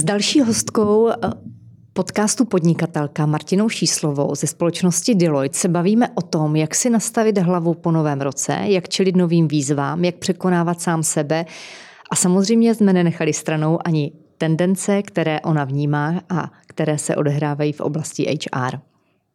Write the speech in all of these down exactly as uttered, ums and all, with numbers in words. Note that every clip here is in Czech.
další hostkou podcastu Podnikatelka Martinou Šíslovou ze společnosti Deloitte se bavíme o tom, jak si nastavit hlavu po novém roce, jak čelit novým výzvám, jak překonávat sám sebe a samozřejmě jsme nenechali stranou ani tendence, které ona vnímá a které se odehrávají v oblasti H R.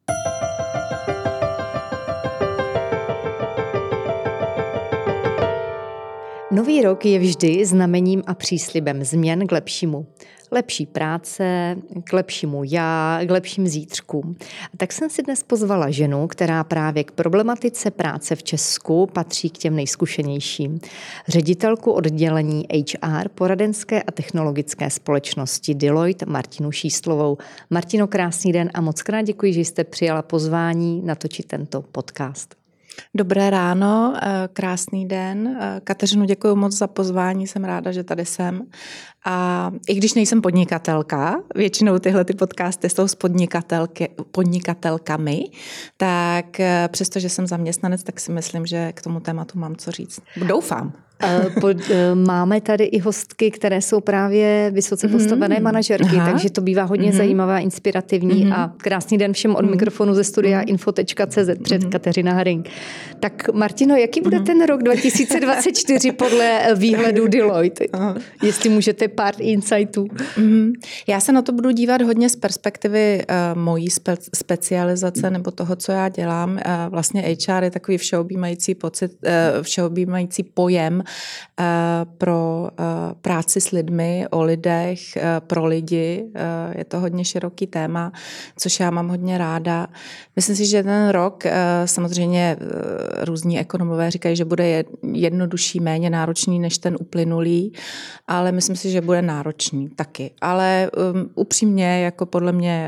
Nový rok je vždy znamením a příslibem změn k lepšímu. Lepší práce, k lepšímu já, k lepším zítřkům. A tak jsem si dnes pozvala ženu, která právě k problematice práce v Česku patří k těm nejzkušenějším. Ředitelku oddělení H R poradenské a technologické společnosti Deloitte Martinu Šíslovou. Martino, krásný den a moc krát děkuji, že jste přijala pozvání natočit tento podcast. Dobré ráno, krásný den. Kateřinu, děkuji moc za pozvání, jsem ráda, že tady jsem. A i když nejsem podnikatelka, většinou tyhle ty podcasty jsou s podnikatelky, podnikatelkami, tak přestože jsem zaměstnanec, tak si myslím, že k tomu tématu mám co říct. Doufám. Máme tady i hostky, které jsou právě vysoce postavené mm, manažerky, aha. takže to bývá hodně mm. zajímavé a inspirativní. Mm. A krásný den všem od mm. mikrofonu ze studia info tečka cé zet před mm. Kateřina Haring. Tak Martino, jaký bude mm. ten rok dva tisíce dvacet čtyři podle výhledu Deloitte? Aha. Jestli můžete pár insightů. Mm. Já se na to budu dívat hodně z perspektivy uh, mojí spe- specializace mm. nebo toho, co já dělám. Uh, vlastně H R je takový všeobjímající pocit, uh, všeobjímající pojem pro práci s lidmi, o lidech, pro lidi. Je to hodně široký téma, což já mám hodně ráda. Myslím si, že ten rok, samozřejmě různí ekonomové říkají, že bude jednodušší, méně náročný než ten uplynulý, ale myslím si, že bude náročný taky. Ale upřímně, jako podle mě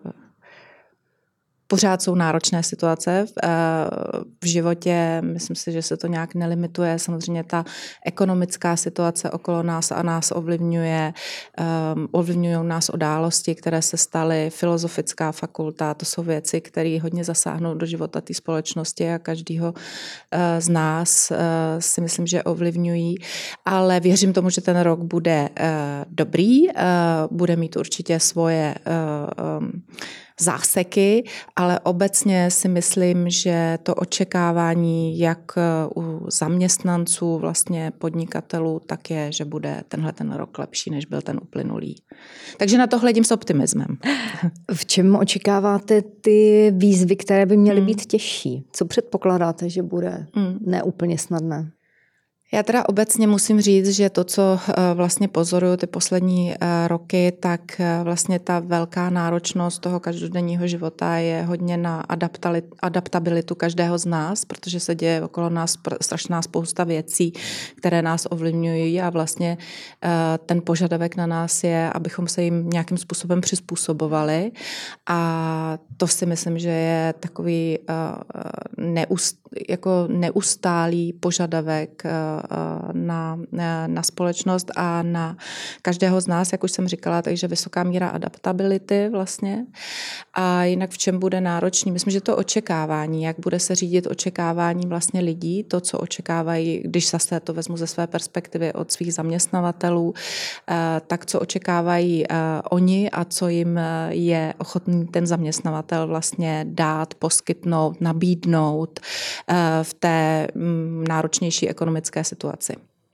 pořád jsou náročné situace v, v životě, myslím si, že se to nějak nelimituje. Samozřejmě ta ekonomická situace okolo nás a nás ovlivňuje, um, ovlivňují nás události, které se staly, filozofická fakulta, to jsou věci, které hodně zasáhnou do života té společnosti a každého uh, z nás uh, si myslím, že ovlivňují, ale věřím tomu, že ten rok bude uh, dobrý, uh, bude mít určitě svoje uh, um, záseky, ale obecně si myslím, že to očekávání jak u zaměstnanců, vlastně podnikatelů, tak je, že bude tenhle ten rok lepší, než byl ten uplynulý. Takže na to hledím s optimismem. V čem očekáváte ty výzvy, které by měly být těžší? Co předpokládáte, že bude hmm. neúplně snadné? Já teda obecně musím říct, že to, co vlastně pozoruju ty poslední roky, tak vlastně ta velká náročnost toho každodenního života je hodně na adaptabilitu každého z nás, protože se děje okolo nás strašná spousta věcí, které nás ovlivňují a vlastně ten požadavek na nás je, abychom se jim nějakým způsobem přizpůsobovali a to si myslím, že je takový neust, jako neustálý požadavek Na, na společnost a na každého z nás, jak už jsem říkala, takže vysoká míra adaptability vlastně. A jinak v čem bude náročný? Myslím, že to očekávání, jak bude se řídit očekávání vlastně lidí, to, co očekávají, když zase to vezmu ze své perspektivy od svých zaměstnavatelů, tak co očekávají oni a co jim je ochotný ten zaměstnavatel vlastně dát, poskytnout, nabídnout v té náročnější ekonomické situaci.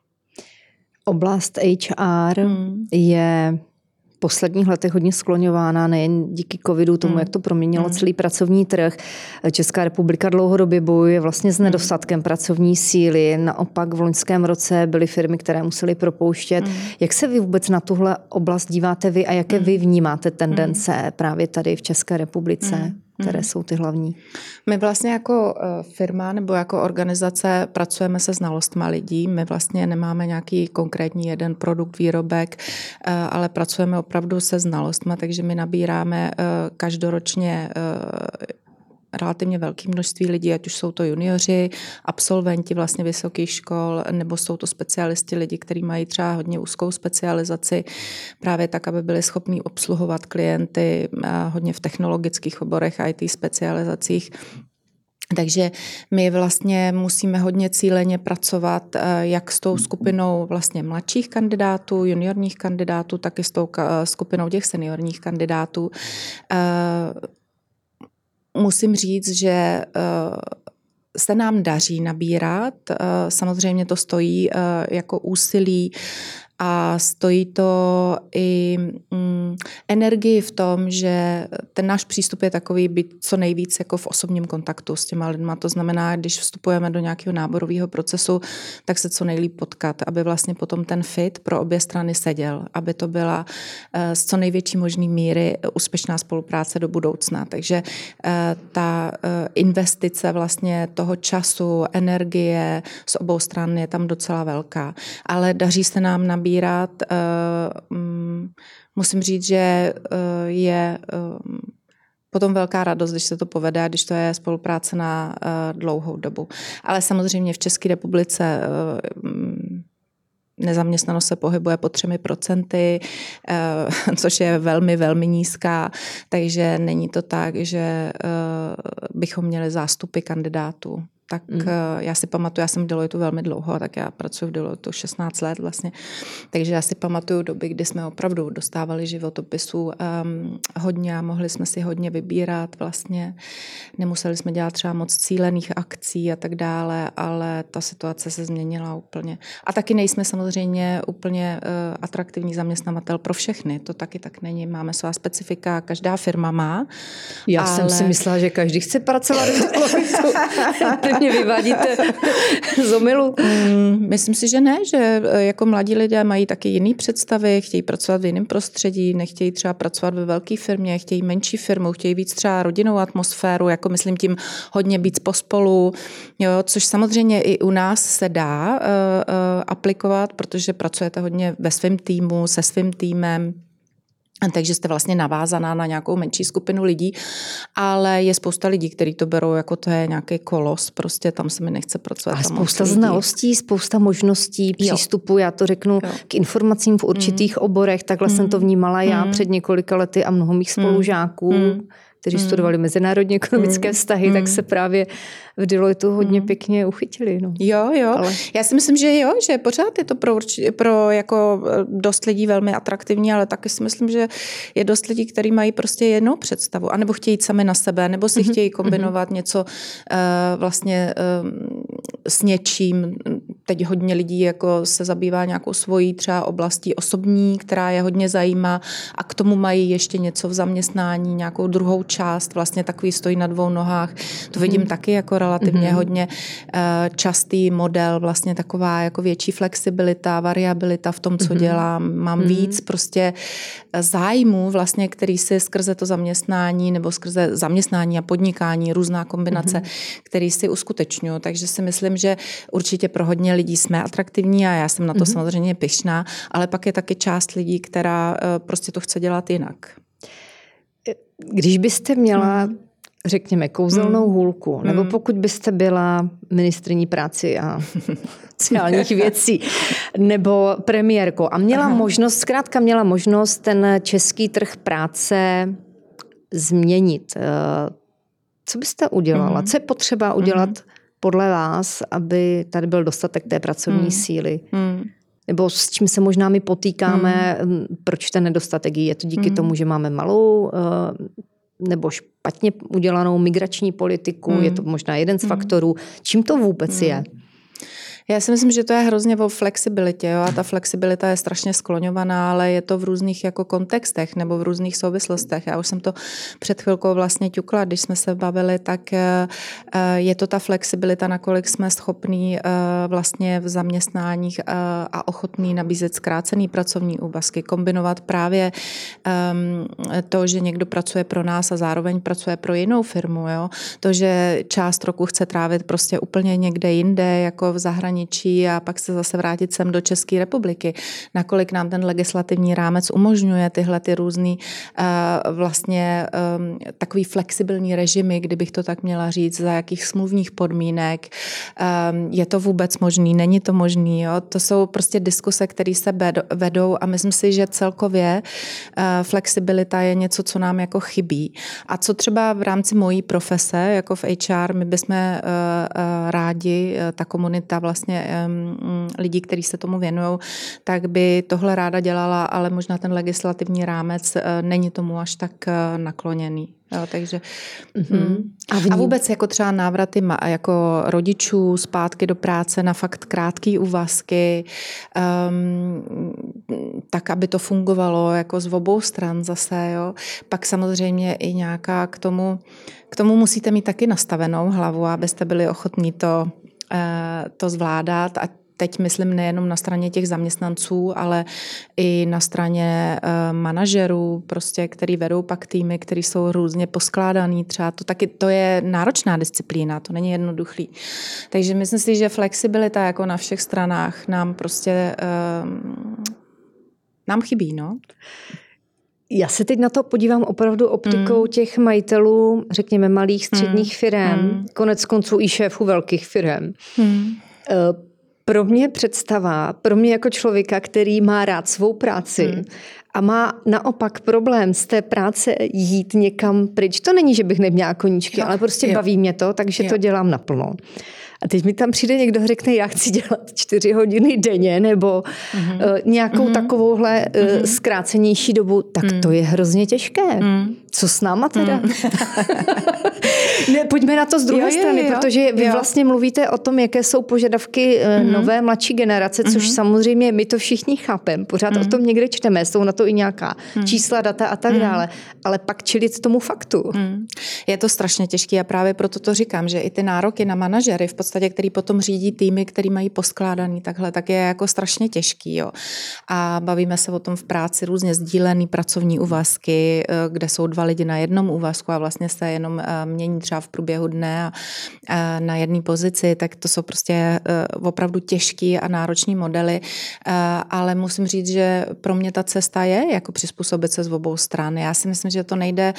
Oblast H R hmm. je v posledních letech hodně skloňována, nejen díky covidu, tomu, hmm. jak to proměnilo hmm. celý pracovní trh. Česká republika dlouhodobě bojuje vlastně s nedostatkem hmm. pracovní síly. Naopak v loňském roce byly firmy, které musely propouštět. Hmm. Jak se vy vůbec na tuhle oblast díváte vy a jaké hmm. vy vnímáte tendence hmm. právě tady v České republice? Hmm. které jsou ty hlavní? My vlastně jako firma nebo jako organizace pracujeme se znalostma lidí. My vlastně nemáme nějaký konkrétní jeden produkt, výrobek, ale pracujeme opravdu se znalostma, takže my nabíráme každoročně relativně velké množství lidí, ať už jsou to junioři, absolventi vlastně vysokých škol, nebo jsou to specialisti, lidi, kteří mají třeba hodně úzkou specializaci, právě tak, aby byli schopní obsluhovat klienty hodně v technologických oborech, I T specializacích. Takže my vlastně musíme hodně cíleně pracovat jak s tou skupinou vlastně mladších kandidátů, juniorních kandidátů, tak i s tou skupinou těch seniorních kandidátů. Musím říct, že se nám daří nabírat. Samozřejmě to stojí jako úsilí a stojí to i mm, energii v tom, že ten náš přístup je takový být co nejvíc jako v osobním kontaktu s těma lidma. To znamená, když vstupujeme do nějakého náborového procesu, tak se co nejlíp potkat, aby vlastně potom ten fit pro obě strany seděl, aby to byla uh, z co největší možný míry úspěšná spolupráce do budoucna. Takže uh, ta uh, investice vlastně toho času, energie z obou stran je tam docela velká. Ale daří se nám nabírat. Musím říct, že je potom velká radost, když se to povede a když to je spolupráce na dlouhou dobu. Ale samozřejmě v České republice nezaměstnanost se pohybuje pod třemi procenty, což je velmi, velmi nízká, takže není to tak, že bychom měli zástupy kandidátů. Tak mm. já si pamatuju, já jsem v Deloitu velmi dlouho, tak já pracuji v Deloitu šestnáct let vlastně, takže já si pamatuju doby, kdy jsme opravdu dostávali životopisů um, hodně a mohli jsme si hodně vybírat vlastně, nemuseli jsme dělat třeba moc cílených akcí a tak dále, ale ta situace se změnila úplně. A taky nejsme samozřejmě úplně uh, atraktivní zaměstnavatel pro všechny, to taky tak není, máme svá specifika, každá firma má. Já ale... jsem si myslela, že každý chce pracovat v Deloitu. Mě vyvádíte z omylu. Mm, myslím si, že ne, že jako mladí lidé mají taky jiný představy, chtějí pracovat v jiném prostředí, nechtějí třeba pracovat ve velké firmě, chtějí menší firmu, chtějí víc třeba rodinnou atmosféru, jako myslím tím hodně být pospolu, jo, což samozřejmě i u nás se dá uh, uh, aplikovat, protože pracujete hodně ve svém týmu, se svým týmem. Takže jste vlastně navázaná na nějakou menší skupinu lidí, ale je spousta lidí, kteří to berou jako to je nějaký kolos, prostě tam se mi nechce pracovat. A spousta znalostí, spousta možností přístupu, jo. Já to řeknu, jo. K informacím v určitých mm. oborech, takhle mm. jsem to vnímala já mm. před několika lety a mnoho mých spolužáků, mm. kteří mm. studovali mezinárodní ekonomické mm. vztahy, mm. tak se právě v Deloitu hodně mm. pěkně uchytili. No. Jo, jo. Ale... Já si myslím, že jo, že pořád je to pro, pro jako dost lidí velmi atraktivní, ale taky si myslím, že je dost lidí, kteří mají prostě jednou představu, anebo chtějí jít sami na sebe, nebo si mm-hmm. chtějí kombinovat mm-hmm. něco uh, vlastně uh, s něčím. Teď hodně lidí jako se zabývá nějakou svojí třeba oblastí osobní, která je hodně zajímá a k tomu mají ještě něco v zaměstnání, nějakou druhou část, vlastně takový stojí na dvou nohách. To vidím mm. taky jako relativně mm-hmm. hodně uh, častý model, vlastně taková jako větší flexibilita, variabilita v tom, co mm-hmm. dělám. Mám mm-hmm. víc prostě zájmů, vlastně, který si skrze to zaměstnání nebo skrze zaměstnání a podnikání, různá kombinace, mm-hmm. který si uskutečňuju. Takže si myslím, že určitě pro hodně lidí jsme atraktivní a já jsem na to mm-hmm. samozřejmě pyšná, ale pak je taky část lidí, která uh, prostě to chce dělat jinak. Když byste měla, mm. řekněme, kouzelnou mm. hůlku, mm. nebo pokud byste byla ministryní práci a sociálních věcí, nebo premiérkou a měla Aha. možnost, zkrátka měla možnost ten český trh práce změnit. Co byste udělala? Mm. Co je potřeba udělat mm. podle vás, aby tady byl dostatek té pracovní mm. síly? Mm. Nebo s čím se možná my potýkáme, mm. proč ten nedostatek je to díky mm. tomu, že máme malou nebo špatně udělanou migrační politiku, mm. je to možná jeden z mm. faktorů. Čím to vůbec mm. je? Já si myslím, že to je hrozně o flexibilitě, jo? A ta flexibilita je strašně skloňovaná, ale je to v různých jako kontextech nebo v různých souvislostech. Já už jsem to před chvilkou vlastně ťukla, když jsme se bavili, tak je to ta flexibilita, nakolik jsme schopní vlastně v zaměstnáních a ochotní nabízet zkrácený pracovní úvazky, kombinovat právě to, že někdo pracuje pro nás a zároveň pracuje pro jinou firmu, jo? To, že část roku chce trávit prostě úplně někde jinde, jako v zahraničí, zahraničí a pak se zase vrátit sem do České republiky. Nakolik nám ten legislativní rámec umožňuje tyhle ty různý uh, vlastně um, takový flexibilní režimy, kdybych to tak měla říct, za jakých smluvních podmínek. Um, je to vůbec možný, není to možný. Jo? To jsou prostě diskuse, které se vedou a myslím si, že celkově uh, flexibilita je něco, co nám jako chybí. A co třeba v rámci mojí profese, jako v H R, my bychom uh, uh, rádi, uh, ta komunita vlastně um, lidí, kteří se tomu věnují, tak by tohle ráda dělala, ale možná ten legislativní rámec uh, není tomu až tak uh, nakloněný. Jo, takže, mm-hmm. a, a vůbec jako třeba návraty jako rodičů zpátky do práce na fakt krátký úvazky, um, tak, aby to fungovalo jako z obou stran zase. Jo. Pak samozřejmě i nějaká k tomu, k tomu musíte mít taky nastavenou hlavu, abyste byli ochotní to, uh, to zvládat a teď myslím nejenom na straně těch zaměstnanců, ale i na straně uh, manažerů, prostě, který vedou pak týmy, který jsou různě poskládaný. Třeba to taky, to je náročná disciplína, to není jednoduchý. Takže myslím si, že flexibilita jako na všech stranách nám prostě uh, nám chybí, no. Já se teď na to podívám opravdu optikou mm. těch majitelů, řekněme malých, středních mm. firem, mm. konec konců i šéfů velkých firem. Mm. Uh, Pro mě představa, pro mě jako člověka, který má rád svou práci hmm. a má naopak problém z té práce jít někam pryč. To není, že bych neměla koníčky, jo, ale prostě jo. baví mě to, takže jo. to dělám naplno. A teď mi tam přijde někdo a řekne, já chci dělat čtyři hodiny denně nebo mm-hmm. uh, nějakou mm-hmm. takovouhle uh, mm-hmm. zkrácenější dobu, tak mm. to je hrozně těžké. Mm. Co s náma teda? Mm. Ne, pojďme na to z druhé jo, strany, jo, jo. protože vy jo. vlastně mluvíte o tom, jaké jsou požadavky mm. nové, mladší generace, což mm. samozřejmě my to všichni chápeme. Pořád mm. o tom někde čteme, jsou na to i nějaká mm. čísla, data a tak mm. dále. Ale pak čelit tomu faktu. Mm. Je to strašně těžké a právě proto to říkám, že i ty nároky na manažery v podstatě, který potom řídí týmy, který mají poskládaný takhle, tak je jako strašně těžký. Jo. A bavíme se o tom v práci různě sdílený pracovní úvazky, kde jsou dva lidi na jednom úvazku a vlastně se jenom mění třeba v průběhu dne a na jedné pozici, tak to jsou prostě opravdu těžký a náročný modely, ale musím říct, že pro mě ta cesta je jako přizpůsobit se z obou stran. Já si myslím, že to nejde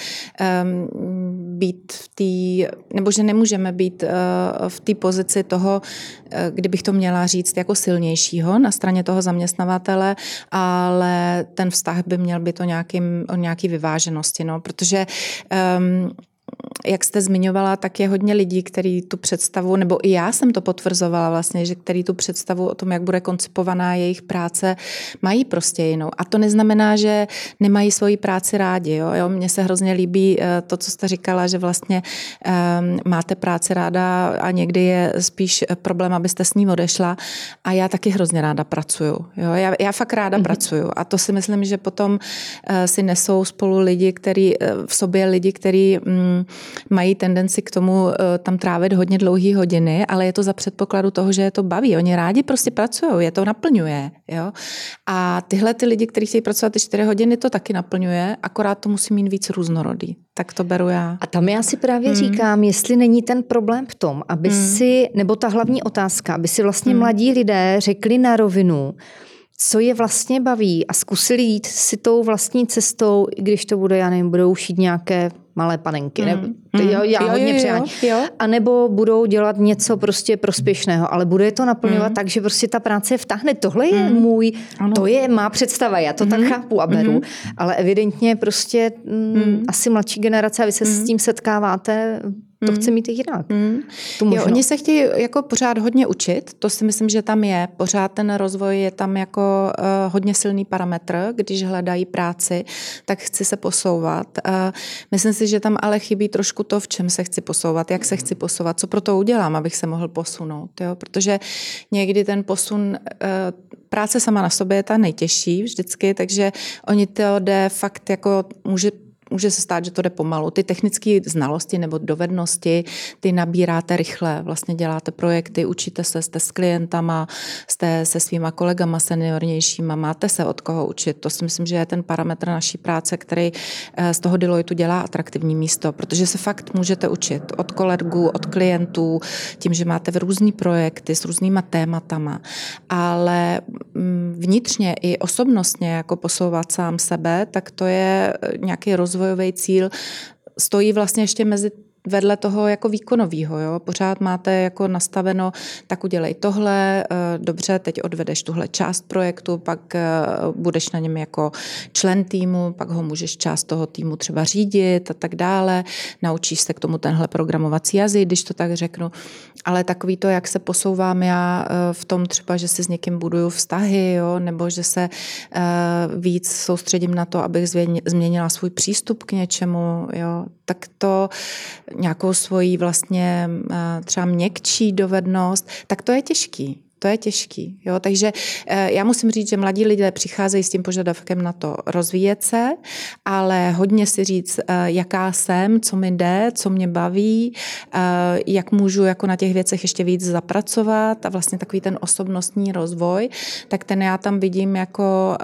být v té, nebo že nemůžeme být v té pozici toho, kdybych to měla říct jako silnějšího na straně toho zaměstnavatele, ale ten vztah by měl být o, nějakým, o nějaký vyváženosti, no, protože um, jak jste zmiňovala, tak je hodně lidí, který tu představu, nebo i já jsem to potvrzovala vlastně, že který tu představu o tom, jak bude koncipovaná jejich práce, mají prostě jinou. A to neznamená, že nemají svoji práci rádi. Jo? Jo, mně se hrozně líbí to, co jste říkala, že vlastně um, máte práci ráda a někdy je spíš problém, abyste s ní odešla. A já taky hrozně ráda pracuju. Jo? Já, já fakt ráda mm-hmm. pracuju. A to si myslím, že potom uh, si nesou spolu lidi, který, uh, v sobě lidi, který um, mají tendenci k tomu uh, tam trávit hodně dlouhý hodiny, ale je to za předpokladu toho, že je to baví. Oni rádi prostě pracují, je to naplňuje. Jo? A tyhle ty lidi, kteří chtějí pracovat ty čtyři hodiny, to taky naplňuje, akorát to musí mít víc různorodý. Tak to beru já. A tam já si právě hmm. říkám, jestli není ten problém v tom, aby hmm. si, nebo ta hlavní otázka, aby si vlastně hmm. mladí lidé řekli na rovinu, co je vlastně baví a zkusili jít si tou vlastní cestou, i když to bude, já nevím, budou šít nějaké malé panenky. Mm. Nebo, mm. Já, já jo, hodně jo, přeháním. A nebo budou dělat něco prostě prospěšného, ale bude to naplňovat mm. tak, že prostě ta práce vtáhne. Tohle je mm. můj, ano. to je má představa, já to mm. tak chápu a beru, mm. ale evidentně prostě mm. asi mladší generace, a vy se mm. s tím setkáváte, to chce mít i jinak. Mm. Jo, oni se chtějí jako pořád hodně učit, to si myslím, že tam je. Pořád ten rozvoj je tam jako uh, hodně silný parametr, když hledají práci, tak chci se posouvat. Uh, myslím si, že tam ale chybí trošku to, v čem se chci posouvat, jak se chci posouvat, co pro to udělám, abych se mohl posunout. Jo? Protože někdy ten posun, uh, práce sama na sobě je ta nejtěžší vždycky, takže oni to jde fakt jako, může může se stát, že to jde pomalu. Ty technické znalosti nebo dovednosti, ty nabíráte rychle, vlastně děláte projekty, učíte se, jste s klientama, jste se svýma kolegama seniornějšíma, máte se od koho učit. To si myslím, že je ten parametr naší práce, který z toho Deloitu dělá atraktivní místo, protože se fakt můžete učit od kolegů, od klientů, tím, že máte v různý projekty s různýma tématama, ale vnitřně i osobnostně jako posouvat sám sebe, tak to je nějaký rozvojový cíl, stojí vlastně ještě mezi vedle toho jako výkonovýho, jo? Pořád máte jako nastaveno, tak udělej tohle, dobře, teď odvedeš tuhle část projektu, pak budeš na něm jako člen týmu, pak ho můžeš část toho týmu třeba řídit a tak dále, naučíš se k tomu tenhle programovací jazyk, když to tak řeknu, ale takový to, jak se posouvám já v tom třeba, že si s někým buduju vztahy, jo? Nebo že se víc soustředím na to, abych změnila svůj přístup k něčemu, jo? Tak to nějakou svoji vlastně třeba měkčí dovednost, tak to je těžký. To je těžký. Jo? Takže já musím říct, že mladí lidé přicházejí s tím požadavkem na to rozvíjet se, ale hodně si říct, jaká jsem, co mi jde, co mě baví, jak můžu jako na těch věcech ještě víc zapracovat a vlastně takový ten osobnostní rozvoj, tak ten já tam vidím jako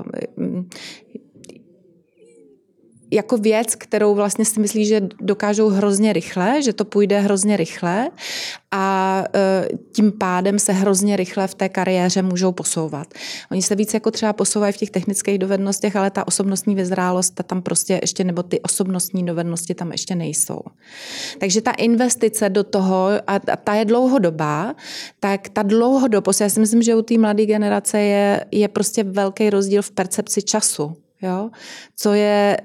jako věc, kterou vlastně si myslí, že dokážou hrozně rychle, že to půjde hrozně rychle a tím pádem se hrozně rychle v té kariéře můžou posouvat. Oni se víc jako třeba posouvají v těch technických dovednostech, ale ta osobnostní vyzrálost ta tam prostě ještě, nebo ty osobnostní dovednosti tam ještě nejsou. Takže ta investice do toho, a ta je dlouhodobá, tak ta dlouhodobost, já si myslím, že u té mladé generace je, je prostě velký rozdíl v percepci času. Jo? Co je,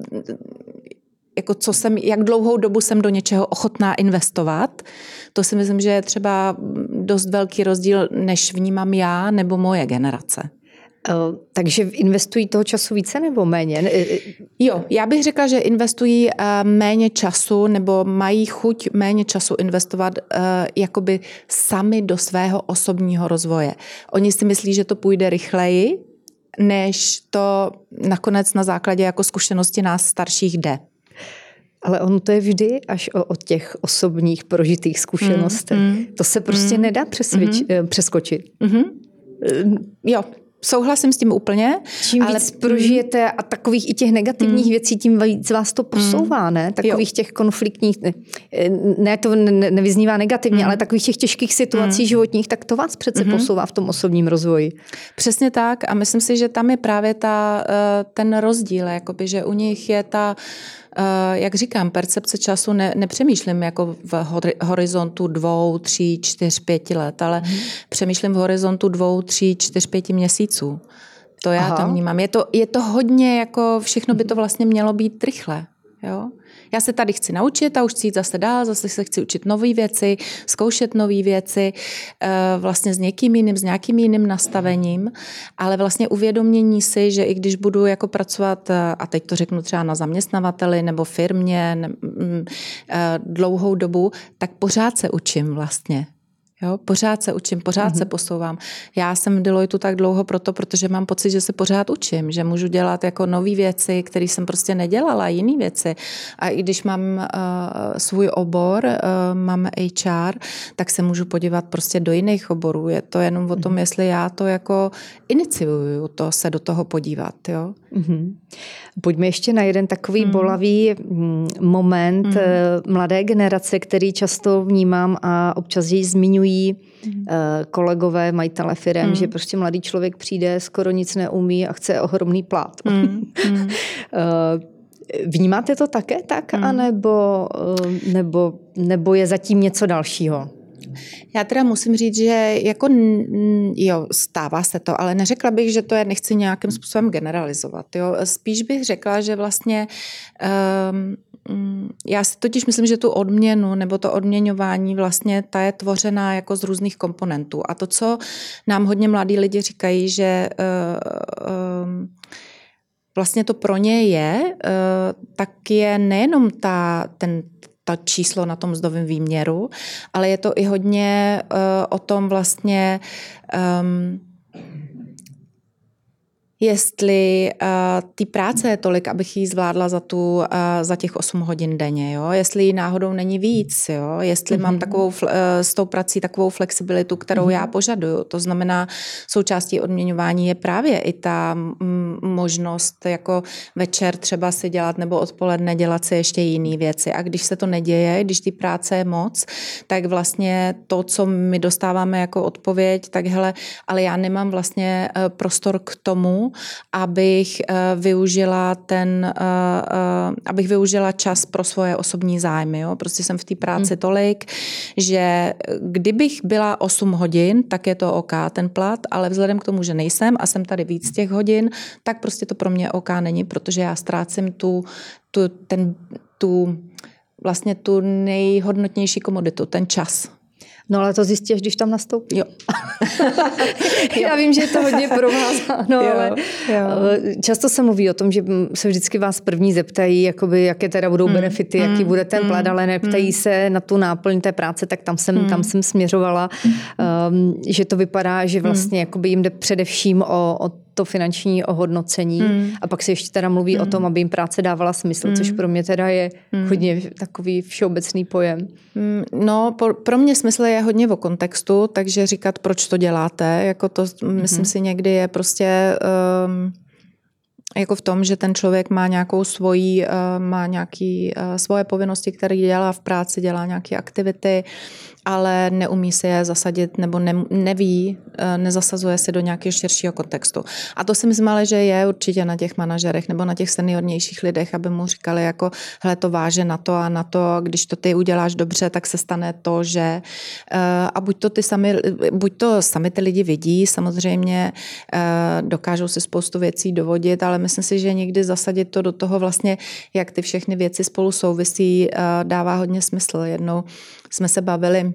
jako co jsem, jak dlouhou dobu jsem do něčeho ochotná investovat, to si myslím, že je třeba dost velký rozdíl, než vnímám já nebo moje generace. Takže investují toho času více nebo méně? Jo, já bych řekla, že investují méně času nebo mají chuť méně času investovat jakoby sami do svého osobního rozvoje. Oni si myslí, že to půjde rychleji, než to nakonec na základě jako zkušenosti nás starších jde. Ale ono to je vždy až o, o těch osobních prožitých zkušenostech. Mm, mm, to se prostě mm, nedá přesvědč, mm, přeskočit. Mm, jo, souhlasím s tím úplně. Čím ale víc prožijete a takových i těch negativních mm. věcí, tím víc vás to posouvá, ne? Takových jo. těch konfliktních, ne, ne to ne, nevyznívá negativně, mm. ale takových těch těžkých situací mm. životních, tak to vás přece mm. posouvá v tom osobním rozvoji. Přesně tak a myslím si, že tam je právě ta, ten rozdíl, jakoby, že u nich je ta jak říkám, percepce času ne, nepřemýšlím jako v horizontu dvou, tří, čtyř, pěti let, ale hmm. přemýšlím v horizontu dvou, tří, čtyř, pěti měsíců. To já Aha. tam vnímám. Je to, je to hodně, jako všechno by to vlastně mělo být rychle. Jo? Já se tady chci naučit a už chci jít zase dál, zase se chci učit nové věci, zkoušet nové věci, vlastně s někým jiným, s nějakým jiným nastavením, ale vlastně uvědomění si, že i když budu jako pracovat, a teď to řeknu třeba na zaměstnavateli nebo firmě ne, dlouhou dobu, tak pořád se učím vlastně. Jo, pořád se učím, pořád mm-hmm. se posouvám. Já jsem v Deloitu tak dlouho proto, protože mám pocit, že se pořád učím, že můžu dělat jako nové věci, které jsem prostě nedělala, jiné věci. A i když mám uh, svůj obor, uh, mám H R, tak se můžu podívat prostě do jiných oborů. Je to jenom o tom, mm-hmm. jestli já to jako iniciuju, to se do toho podívat. Jo? Mm-hmm. Pojďme ještě na jeden takový mm. bolavý moment mm. mladé generace, který často vnímám a občas jej zmiňují mm. kolegové, majitele firem, mm. že prostě mladý člověk přijde, skoro nic neumí a chce ohromný plát. Mm. Mm. Vnímáte to také tak, mm. anebo, nebo, nebo je zatím něco dalšího? Já teda musím říct, že jako jo, stává se to, ale neřekla bych, že to je, nechci nějakým způsobem generalizovat. Jo. Spíš bych řekla, že vlastně um, já si totiž myslím, že tu odměnu nebo to odměňování vlastně ta je tvořená jako z různých komponentů. A to, co nám hodně mladí lidi říkají, že uh, um, vlastně to pro ně je, uh, tak je nejenom ta, ten to číslo na tom mzdovém výměru, ale je to i hodně uh, o tom vlastně um, jestli uh, ty práce je tolik, abych ji zvládla za, tu, uh, za těch osm hodin denně, jo? Jestli ji náhodou není víc, jo? Jestli mm-hmm. mám takovou, uh, s tou prací takovou flexibilitu, kterou mm-hmm. já požaduju. To znamená, součástí odměňování je právě i ta m, možnost jako večer třeba si dělat nebo odpoledne dělat si ještě jiné věci. A když se to neděje, když ty práce je moc, tak vlastně to, co my dostáváme jako odpověď, tak hele, ale já nemám vlastně uh, prostor k tomu, abych využila ten, abych využila čas pro svoje osobní zájmy. Jo? Prostě jsem v té práci hmm. tolik, že kdybych byla osm hodin, tak je to OK ten plat, ale vzhledem k tomu, že nejsem a jsem tady víc těch hodin, tak prostě to pro mě OK není, protože já ztrácím tu, tu, ten, tu, vlastně tu nejhodnotnější komoditu, ten čas. No ale to zjistíš, když tam nastoupí. Jo. Já vím, že je to hodně provázáno, jo, ale jo. často se mluví o tom, že se vždycky vás první zeptají, jakoby, jaké teda budou mm, benefity, mm, jaký bude ten mm, plat, ale neptají mm. se na tu náplň té práce, tak tam jsem, mm. tam jsem směřovala, um, že to vypadá, že vlastně mm. jakoby jim jde především o, o to finanční ohodnocení mm. a pak se ještě teda mluví mm. o tom, aby jim práce dávala smysl, mm. což pro mě teda je mm. hodně takový všeobecný pojem. Mm, no, pro mě smysl je hodně o kontextu, takže říkat, proč to děláte, jako to mm. myslím si někdy je prostě um, jako v tom, že ten člověk má nějakou svoji, uh, má nějaký uh, svoje povinnosti, které dělá v práci, dělá nějaké aktivity, ale neumí si je zasadit nebo ne, neví, nezasazuje se do nějakého širšího kontextu. A to si myslím ale, že je určitě na těch manažerech nebo na těch seniornějších lidech, aby mu říkali jako, hele, to váže na to a na to, když to ty uděláš dobře, tak se stane to, že a buď to ty sami, buď to sami ty lidi vidí, samozřejmě dokážou si spoustu věcí dovodit, ale myslím si, že někdy zasadit to do toho vlastně, jak ty všechny věci spolu souvisí, dává hodně smysl. Jednou jsme se bavili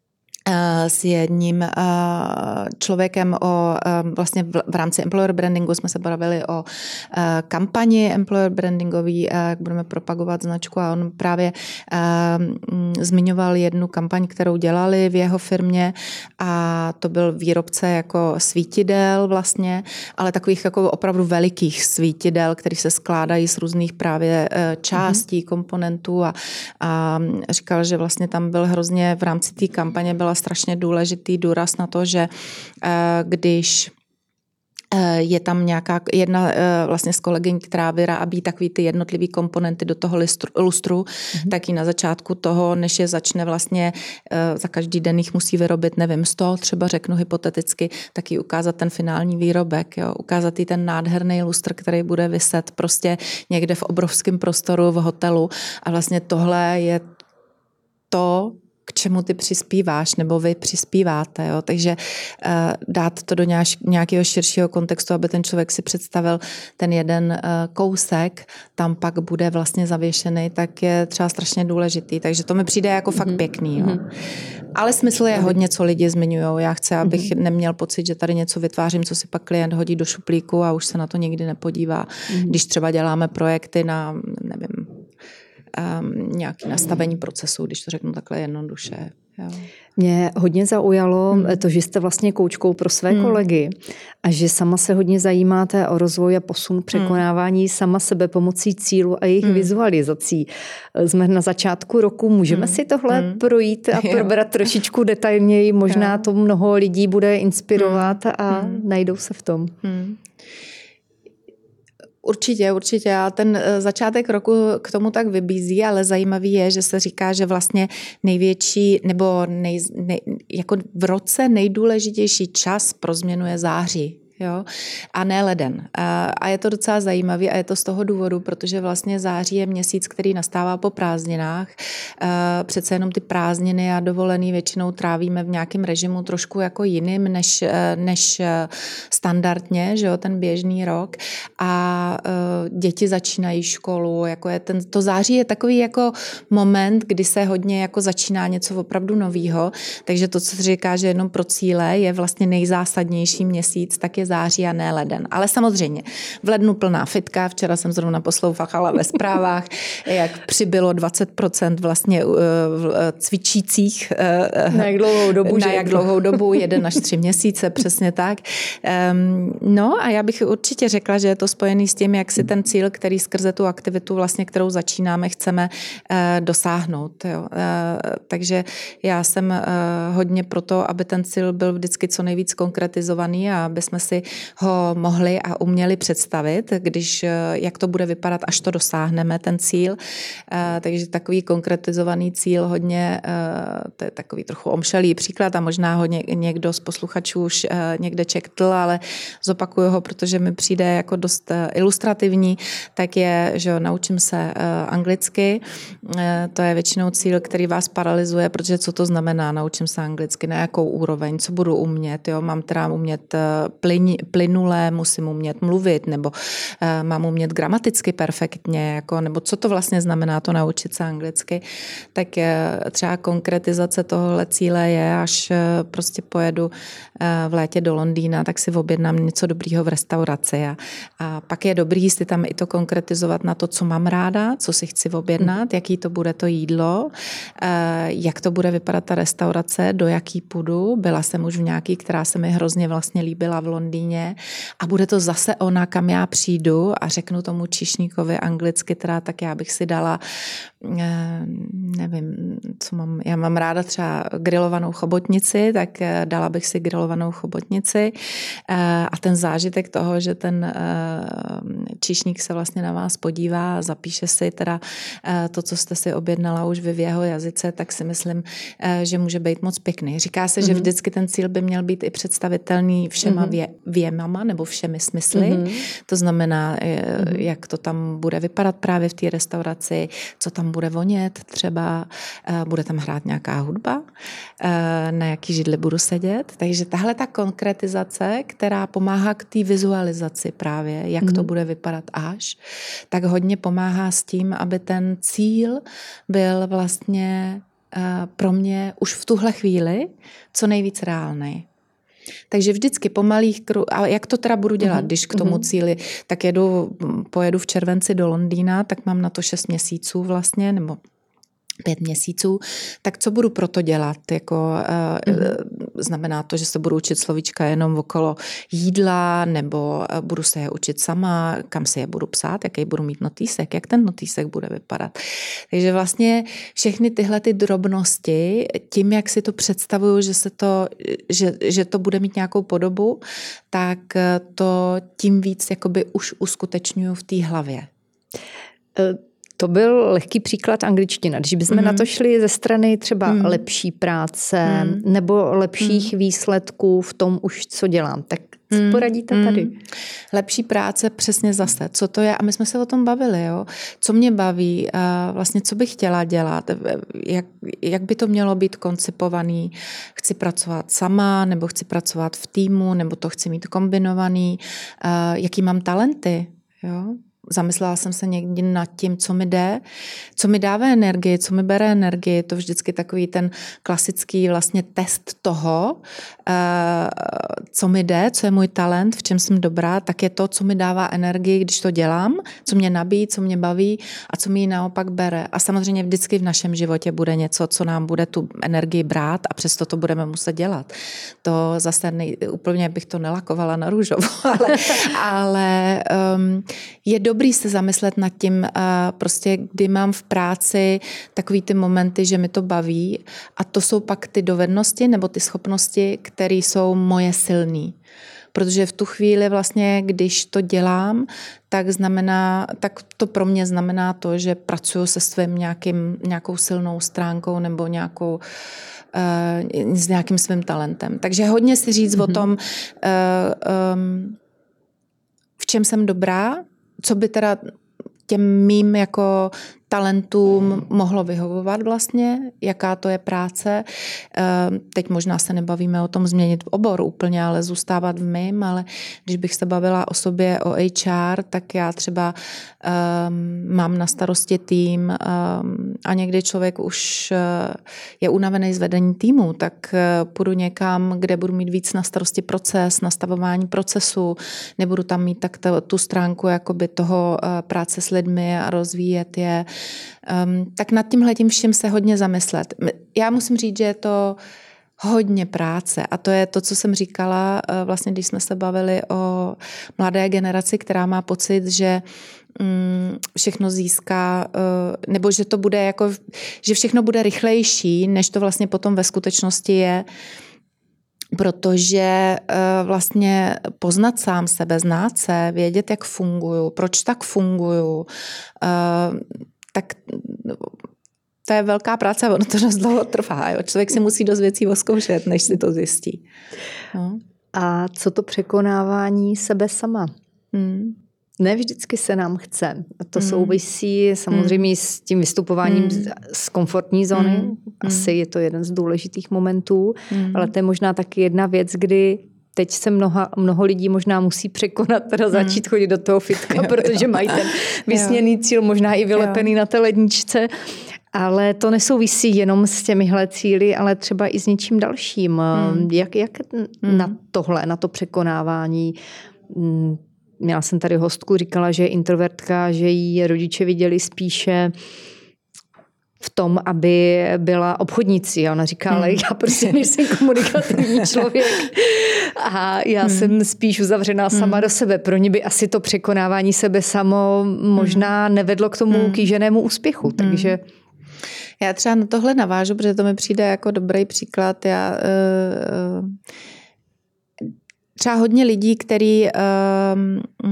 s jedním člověkem o, vlastně v rámci employer brandingu jsme se bavili o kampani employer brandingový, jak budeme propagovat značku a on právě zmiňoval jednu kampaň, kterou dělali v jeho firmě a to byl výrobce jako svítidel vlastně, ale takových jako opravdu velikých svítidel, které se skládají z různých právě částí, mm-hmm. komponentů a, a říkal, že vlastně tam byl hrozně v rámci té kampaně byla strašně důležitý důraz na to, že když je tam nějaká jedna vlastně z kolegyň, která vyrábí takový ty jednotlivý komponenty do toho lustru, lustru mm-hmm. tak i na začátku toho, než je začne vlastně za každý den jich musí vyrobit, nevím, sto, třeba řeknu hypoteticky, taky ukázat ten finální výrobek, jo, ukázat i ten nádherný lustr, který bude viset prostě někde v obrovském prostoru v hotelu a vlastně tohle je to, k čemu ty přispíváš, nebo vy přispíváte. Jo? Takže uh, dát to do nějakého širšího kontextu, aby ten člověk si představil ten jeden uh, kousek, tam pak bude vlastně zavěšený, tak je třeba strašně důležitý. Takže to mi přijde jako mm-hmm. fakt pěkný. Jo? Mm-hmm. Ale smysl je hodně, co lidi zmiňujou. Já chci, abych mm-hmm. neměl pocit, že tady něco vytvářím, co si pak klient hodí do šuplíku a už se na to nikdy nepodívá. Mm-hmm. Když třeba děláme projekty na, nevím, Um, nějaké nastavení procesu, když to řeknu takhle jednoduše. Jo. Mě hodně zaujalo hmm. to, že jste vlastně koučkou pro své hmm. kolegy a že sama se hodně zajímáte o rozvoj a posun překonávání hmm. sama sebe pomocí cílu a jejich hmm. vizualizací. Jsme na začátku roku, můžeme hmm. si tohle hmm. projít a probrat trošičku detailněji, možná to mnoho lidí bude inspirovat hmm. a hmm. najdou se v tom. Hmm. Určitě, určitě. A ten začátek roku k tomu tak vybízí, ale zajímavý je, že se říká, že vlastně největší, nebo nej, nej, jako v roce nejdůležitější čas pro změnu je září. Jo? A ne leden. A je to docela zajímavé a je to z toho důvodu, protože vlastně září je měsíc, který nastává po prázdninách. Přece jenom ty prázdniny a dovolený většinou trávíme v nějakém režimu trošku jako jiným než, než standardně, že jo, ten běžný rok. A děti začínají školu. Jako je ten, to září je takový jako moment, kdy se hodně jako začíná něco opravdu novýho. Takže to, co se říká, že jenom pro cíle je vlastně nejzásadnější měsíc, tak je září a ne leden. Ale samozřejmě v lednu plná fitka, včera jsem zrovna poslouchala ve zprávách, jak přibylo dvacet procent vlastně cvičících. Na jak dlouhou dobu. Na jak dlouhou dobu, jeden až tři měsíce, přesně tak. No a já bych určitě řekla, že je to spojený s tím, jak si ten cíl, který skrze tu aktivitu, vlastně, kterou začínáme, chceme dosáhnout. Jo. Takže já jsem hodně proto, aby ten cíl byl vždycky co nejvíc konkretizovaný a aby jsme si ho mohli a uměli představit, když, jak to bude vypadat, až to dosáhneme, ten cíl. Takže takový konkretizovaný cíl hodně, to je takový trochu omšelý příklad a možná ho někdo z posluchačů už někde četl, ale zopakuju ho, protože mi přijde jako dost ilustrativní, tak je, že naučím se anglicky. To je většinou cíl, který vás paralyzuje, protože co to znamená, naučím se anglicky, na jakou úroveň, co budu umět, jo? Mám teda umět plyn, plynulé, musím umět mluvit, nebo uh, mám umět gramaticky perfektně, jako, nebo co to vlastně znamená to naučit se anglicky, tak uh, třeba konkretizace tohohle cíle je, až uh, prostě pojedu uh, v létě do Londýna, tak si objednám něco dobrýho v restauraci a, a pak je dobrý si tam i to konkretizovat na to, co mám ráda, co si chci objednat, hmm. jaký to bude to jídlo, uh, jak to bude vypadat ta restaurace, do jaký půjdu. Byla jsem už v nějaký, která se mi hrozně vlastně líbila v Londýně a bude to zase ona, kam já přijdu a řeknu tomu číšníkovi anglicky, teda tak já bych si dala, nevím, co mám, já mám ráda třeba grilovanou chobotnici, tak dala bych si grilovanou chobotnici a ten zážitek toho, že ten číšník se vlastně na vás podívá, zapíše si teda to, co jste si objednala už v jeho jazyce, tak si myslím, že může být moc pěkný. Říká se, mm-hmm. že vždycky ten cíl by měl být i představitelný všema mm-hmm. věmama nebo všemi smysly. Mm-hmm. To znamená, mm-hmm. jak to tam bude vypadat právě v té restauraci, co tam bude vonět třeba, bude tam hrát nějaká hudba, na jaký židli budu sedět. Takže tahle ta konkretizace, která pomáhá k té vizualizaci právě, jak mm-hmm. to bude vypadat až, tak hodně pomáhá s tím, aby ten cíl byl vlastně pro mě už v tuhle chvíli co nejvíc reálnej. Takže vždycky po malých krů... A jak to teda budu dělat, mm-hmm. když k tomu cíli, tak jedu, pojedu v červenci do Londýna, tak mám na to šest měsíců vlastně, nebo pět měsíců, tak co budu proto dělat? Jako, mm-hmm. Znamená to, že se budu učit slovíčka jenom okolo jídla, nebo budu se je učit sama, kam si je budu psát, jaký budu mít notýsek, jak ten notýsek bude vypadat. Takže vlastně všechny tyhle ty drobnosti, tím, jak si to představuju, že, se to, že, že to bude mít nějakou podobu, tak to tím víc jakoby už uskutečňuju v té hlavě. Uh. To byl lehký příklad angličtina. Když bychom mm. na to šli ze strany třeba mm. lepší práce mm. nebo lepších mm. výsledků v tom už, co dělám, tak co mm. poradíte tady? Mm. Lepší práce přesně zase. Co to je? A my jsme se o tom bavili. Jo? Co mě baví? Vlastně co bych chtěla dělat? Jak, jak by to mělo být koncipovaný? Chci pracovat sama, nebo chci pracovat v týmu, nebo to chci mít kombinovaný? Jaký mám talenty? Jo? Zamyslela jsem se někdy nad tím, co mi jde, co mi dává energii, co mi bere energii. To vždycky takový ten klasický vlastně test toho, co mi jde, co je můj talent, v čem jsem dobrá, tak je to, co mi dává energii, když to dělám, co mě nabíjí, co mě baví a co mi ji naopak bere. A samozřejmě vždycky v našem životě bude něco, co nám bude tu energii brát a přesto to budeme muset dělat. To zase nej, úplně bych to nelakovala na růžovo, ale, ale um, je dobrý se zamyslet nad tím, uh, prostě kdy mám v práci takový ty momenty, že mi to baví a to jsou pak ty dovednosti nebo ty schopnosti, které jsou moje silný. Protože v tu chvíli vlastně, když to dělám, tak znamená, tak to pro mě znamená to, že pracuju se svým nějakým, nějakou silnou stránkou nebo nějakou uh, s nějakým svým talentem. Takže hodně si říct mm-hmm. o tom, uh, um, v čem jsem dobrá, co by teda těm mým jako talentům mohlo vyhovovat vlastně, jaká to je práce. Teď možná se nebavíme o tom změnit obor úplně, ale zůstávat v mým, ale když bych se bavila o sobě, o há er, tak já třeba um, mám na starosti tým um, a někdy člověk už uh, je unavený z vedení týmu, tak uh, půjdu někam, kde budu mít víc na starosti proces, nastavování procesu, nebudu tam mít tak to, tu stránku jakoby toho uh, práce s lidmi a rozvíjet je. Um, tak nad tímhletím vším se hodně zamyslet. Já musím říct, že je to hodně práce a to je to, co jsem říkala vlastně, když jsme se bavili o mladé generaci, která má pocit, že um, všechno získá, uh, nebo že to bude jako, že všechno bude rychlejší, než to vlastně potom ve skutečnosti je, protože uh, vlastně poznat sám sebe, znát se, vědět, jak funguju, proč tak funguju, uh, tak to je velká práce, ono to dost dlouho trvá. Jo? Člověk si musí dost věcí oskoušet, než si to zjistí. No. A co to překonávání sebe sama? Hmm. Ne vždycky se nám chce. To hmm. souvisí samozřejmě hmm. s tím vystupováním hmm. z komfortní zóny. Hmm. Asi je to jeden z důležitých momentů, hmm. ale to je možná taky jedna věc, kdy teď se mnoha, mnoho lidí možná musí překonat, teda začít chodit do toho fitka, jo, protože jo. mají ten vysněný cíl, možná i vylepený jo. na té ledničce. Ale to nesouvisí jenom s těmihle cíli, ale třeba i s něčím dalším. Hmm. Jak, jak hmm. na tohle, na to překonávání? Měla jsem tady hostku, říkala, že je introvertka, že jí rodiče viděli spíše v tom, aby byla obchodnicí. A ona říká, ale hmm. já prostě nejsem komunikativní člověk. A já hmm. jsem spíš uzavřená hmm. sama do sebe. Pro ně by asi to překonávání sebe samo možná nevedlo k tomu hmm. kýženému úspěchu. Hmm. Takže já třeba na tohle navážu, protože to mi přijde jako dobrý příklad. Já uh, třeba hodně lidí, který uh,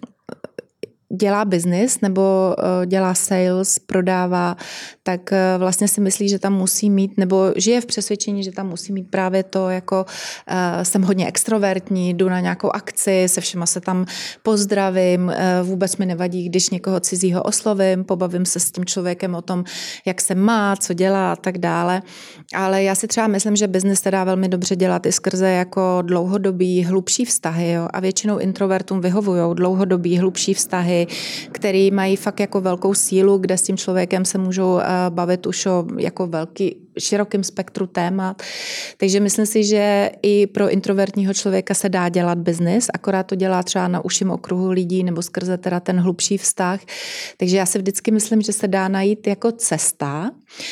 dělá biznis nebo dělá sales, prodává, tak vlastně si myslí, že tam musí mít, nebo žije v přesvědčení, že tam musí mít právě to, jako uh, jsem hodně extrovertní, jdu na nějakou akci, se všema se tam pozdravím, uh, vůbec mi nevadí, když někoho cizího oslovím, pobavím se s tím člověkem o tom, jak se má, co dělá a tak dále. Ale já si třeba myslím, že biznis se dá velmi dobře dělat i skrze jako dlouhodobý, hlubší vztahy. Jo? A většinou introvertům vyhovujou dlouhodobý, hlubší vztahy, který mají fakt jako velkou sílu, kde s tím člověkem se můžou bavit už o jako velký, širokým spektru témat. Takže myslím si, že i pro introvertního člověka se dá dělat biznis, akorát to dělá třeba na užším okruhu lidí nebo skrze teda ten hlubší vztah. Takže já si vždycky myslím, že se dá najít jako cesta,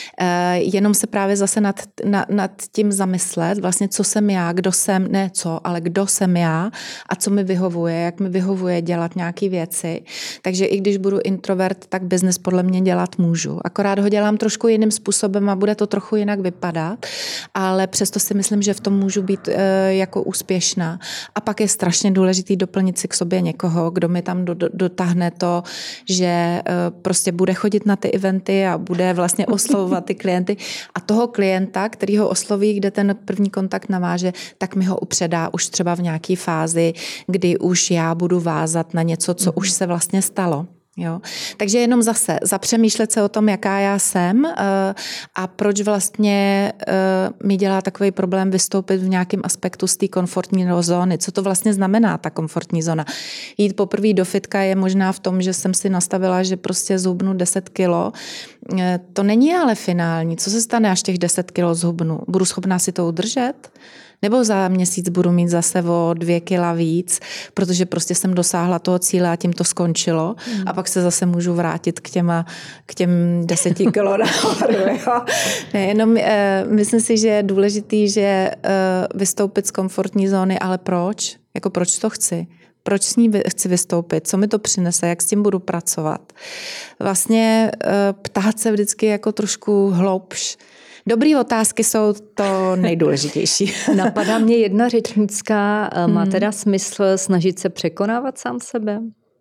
jenom se právě zase nad, nad, nad tím zamyslet, vlastně co jsem já, kdo jsem, ne co, ale kdo jsem já a co mi vyhovuje, jak mi vyhovuje dělat nějaké věci. Takže i když budu introvert, tak biznis podle mě dělat můžu. Akorát ho dělám trošku jiným způsobem a bude to trochu jinak vypadat, ale přesto si myslím, že v tom můžu být e, jako úspěšná. A pak je strašně důležitý doplnit si k sobě někoho, kdo mi tam do, do, dotáhne to, že e, prostě bude chodit na ty eventy a bude vlastně oslovovat ty klienty. A toho klienta, který ho osloví, kde ten první kontakt naváže, tak mi ho upředá už třeba v nějaké fázi, kdy už já budu vázat na něco, co mm-hmm. už se vlastně stalo. Jo. Takže jenom zase zapřemýšlet se o tom, jaká já jsem a proč vlastně mi dělá takový problém vystoupit v nějakém aspektu z té komfortní zóny. Co to vlastně znamená ta komfortní zóna? Jít poprvé do fitka je možná v tom, že jsem si nastavila, že prostě zhubnu deset kilo. To není ale finální. Co se stane, až těch deset kilo zhubnu? Budu schopná si to udržet? Nebo za měsíc budu mít zase o dvě kila víc, protože prostě jsem dosáhla toho cíle a tím to skončilo. Mm. A pak se zase můžu vrátit k, těma, k těm deseti kilo nahoru. Ne, jenom eh, myslím si, že je důležitý, že eh, vystoupit z komfortní zóny, ale proč? Jako proč to chci? Proč s ní chci vystoupit? Co mi to přinese? Jak s tím budu pracovat? Vlastně eh, ptát se vždycky jako trošku hloubš. Dobrý otázky jsou to nejdůležitější. Napadá mě jedna řečnická. Má teda smysl snažit se překonávat sám sebe?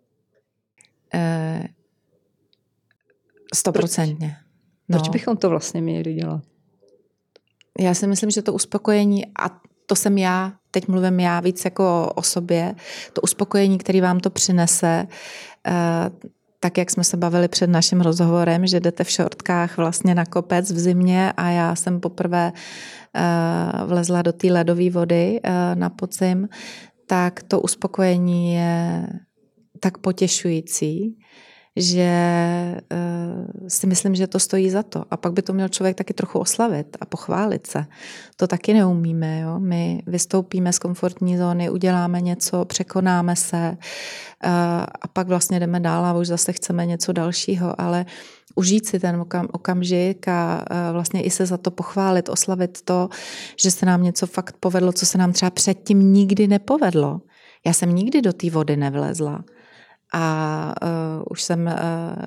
Stoprocentně. Proč, no. proč bychom to vlastně měli dělat? Já si myslím, že to uspokojení, a to jsem já, teď mluvím já víc jako o sobě, to uspokojení, který vám to přinese, tak, jak jsme se bavili před naším rozhovorem, že jdete v šortkách vlastně na kopec v zimě a já jsem poprvé uh, vlezla do té ledové vody uh, na podzim, tak to uspokojení je tak potěšující, že uh, si myslím, že to stojí za to. A pak by to měl člověk taky trochu oslavit a pochválit se. To taky neumíme. Jo? My vystoupíme z komfortní zóny, uděláme něco, překonáme se uh, a pak vlastně jdeme dál a už zase chceme něco dalšího, ale užít si ten okam, okamžik a uh, vlastně i se za to pochválit, oslavit to, že se nám něco fakt povedlo, co se nám třeba předtím nikdy nepovedlo. Já jsem nikdy do té vody nevlezla. A uh, už jsem uh,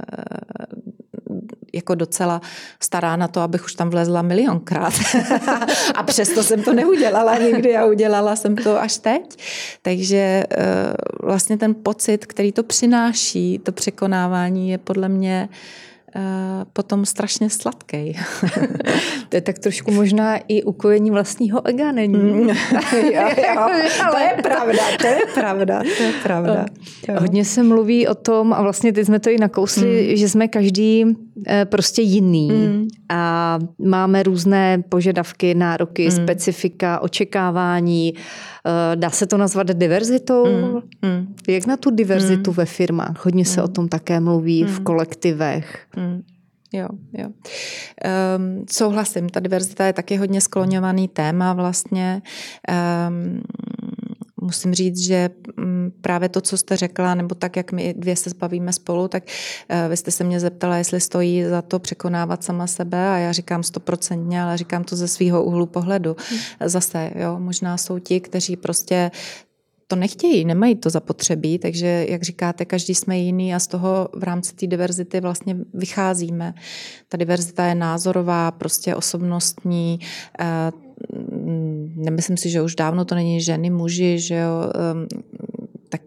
jako docela stará na to, abych už tam vlezla milionkrát. A přesto jsem to neudělala nikdy a udělala jsem to až teď. Takže uh, vlastně ten pocit, který to přináší, to překonávání je podle mě potom strašně sladký. To je tak trošku možná i ukojení vlastního ega, není? jo, jo, to je pravda, to je pravda, to je pravda. Jo. Hodně se mluví o tom, a vlastně teď jsme to i nakousli, mm. že jsme každý prostě jiný mm. a máme různé požadavky, nároky, mm. specifika, očekávání. Dá se to nazvat diverzitou? Mm. Mm. Jak na tu diverzitu mm. ve firmách? Hodně se mm. o tom také mluví mm. v kolektivech. Mm. Jo, jo. Um, souhlasím, ta diverzita je taky hodně skloňovaný téma vlastně. Um, musím říct, že právě to, co jste řekla, nebo tak, jak my dvě se zbavíme spolu, tak vy jste se mě zeptala, jestli stojí za to překonávat sama sebe a já říkám stoprocentně, ale říkám to ze svého úhlu pohledu. Hmm. Zase, jo, možná jsou ti, kteří prostě to nechtějí, nemají to zapotřebí, takže, jak říkáte, každý jsme jiný a z toho v rámci té diverzity vlastně vycházíme. Ta diverzita je názorová, prostě osobnostní, nemyslím si, že už dávno to není ženy, muži, že jo, tak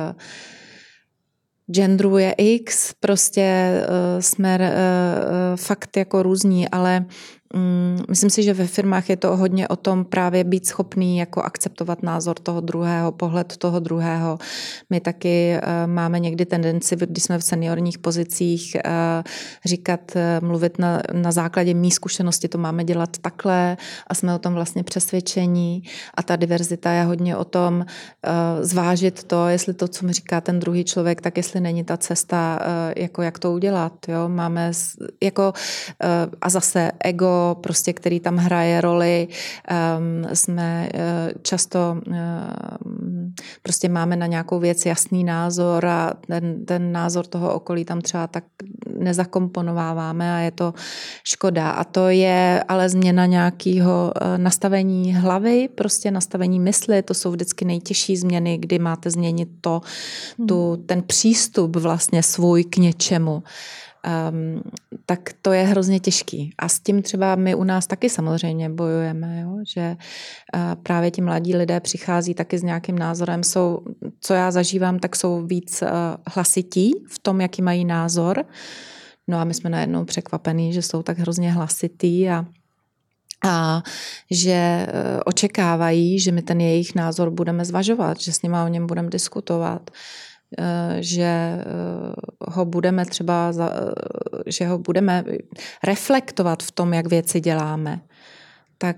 genderu je X, prostě jsme fakt jako různí, ale myslím si, že ve firmách je to hodně o tom právě být schopný jako akceptovat názor toho druhého, pohled toho druhého. My taky uh, máme někdy tendenci, když jsme v seniorních pozicích, uh, říkat, uh, mluvit na, na základě mý zkušenosti, to máme dělat takhle a jsme o tom vlastně přesvědčení a ta diverzita je hodně o tom uh, zvážit to, jestli to, co mi říká ten druhý člověk, tak jestli není ta cesta, uh, jako jak to udělat. Jo? Máme jako uh, a zase ego, prostě, který tam hraje roli. Um, jsme uh, často um, prostě máme na nějakou věc jasný názor a ten, ten názor toho okolí tam třeba tak nezakomponováváme a je to škoda. A to je ale změna nějakého uh, nastavení hlavy, prostě nastavení mysli. To jsou vždycky nejtěžší změny, kdy máte změnit to, hmm. tu, ten přístup vlastně svůj k něčemu. Um, tak to je hrozně těžký. A s tím třeba my u nás taky samozřejmě bojujeme, jo? Že uh, právě ti mladí lidé přichází taky s nějakým názorem, jsou, co já zažívám, tak jsou víc uh, hlasití v tom, jaký mají názor. No a my jsme najednou překvapení, že jsou tak hrozně hlasití a a že uh, očekávají, že my ten jejich názor budeme zvažovat, že s nimi o něm budeme diskutovat, že ho budeme třeba, že ho budeme reflektovat v tom, jak věci děláme. Tak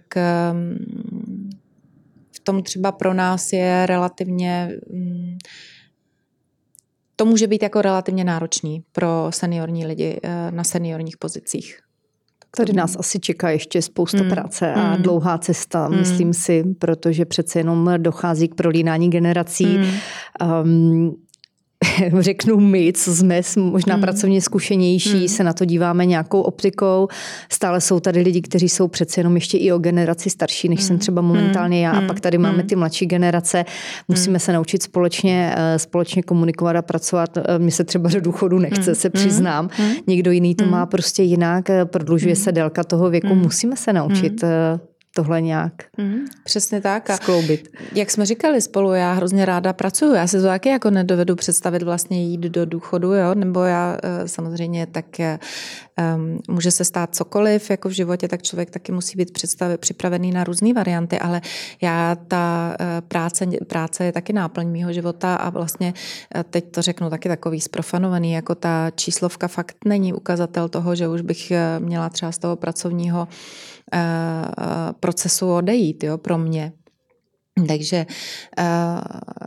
v tom třeba pro nás je relativně, to může být jako relativně náročný pro seniorní lidi na seniorních pozicích. Tady nás asi čeká ještě spousta mm. práce a mm. dlouhá cesta, mm. myslím si, protože přece jenom dochází k prolínání generací. Mm. Um, řeknu my, co jsme možná mm. pracovně zkušenější, mm. se na to díváme nějakou optikou. Stále jsou tady lidi, kteří jsou přece jenom ještě i o generaci starší, než mm. jsem třeba momentálně já. Mm. A pak tady mm. máme ty mladší generace. Musíme mm. se naučit společně, společně komunikovat a pracovat. Mně se třeba do důchodu nechce, mm. se přiznám. Mm. Někdo jiný to má prostě jinak. Prodlužuje mm. se délka toho věku. Mm. Musíme se naučit mm. tohle nějak mm, přesně tak. A skloubit. Jak jsme říkali spolu, já hrozně ráda pracuju. Já si to taky jako nedovedu představit vlastně jít do důchodu, jo? Nebo já samozřejmě tak um, může se stát cokoliv jako v životě, tak člověk taky musí být představ, připravený na různé varianty, ale já ta práce, práce je taky náplň mýho života a vlastně teď to řeknu taky takový zprofanovaný, jako ta číslovka fakt není ukazatel toho, že už bych měla třeba z toho pracovního procesu odejít, jo, pro mě. Takže uh,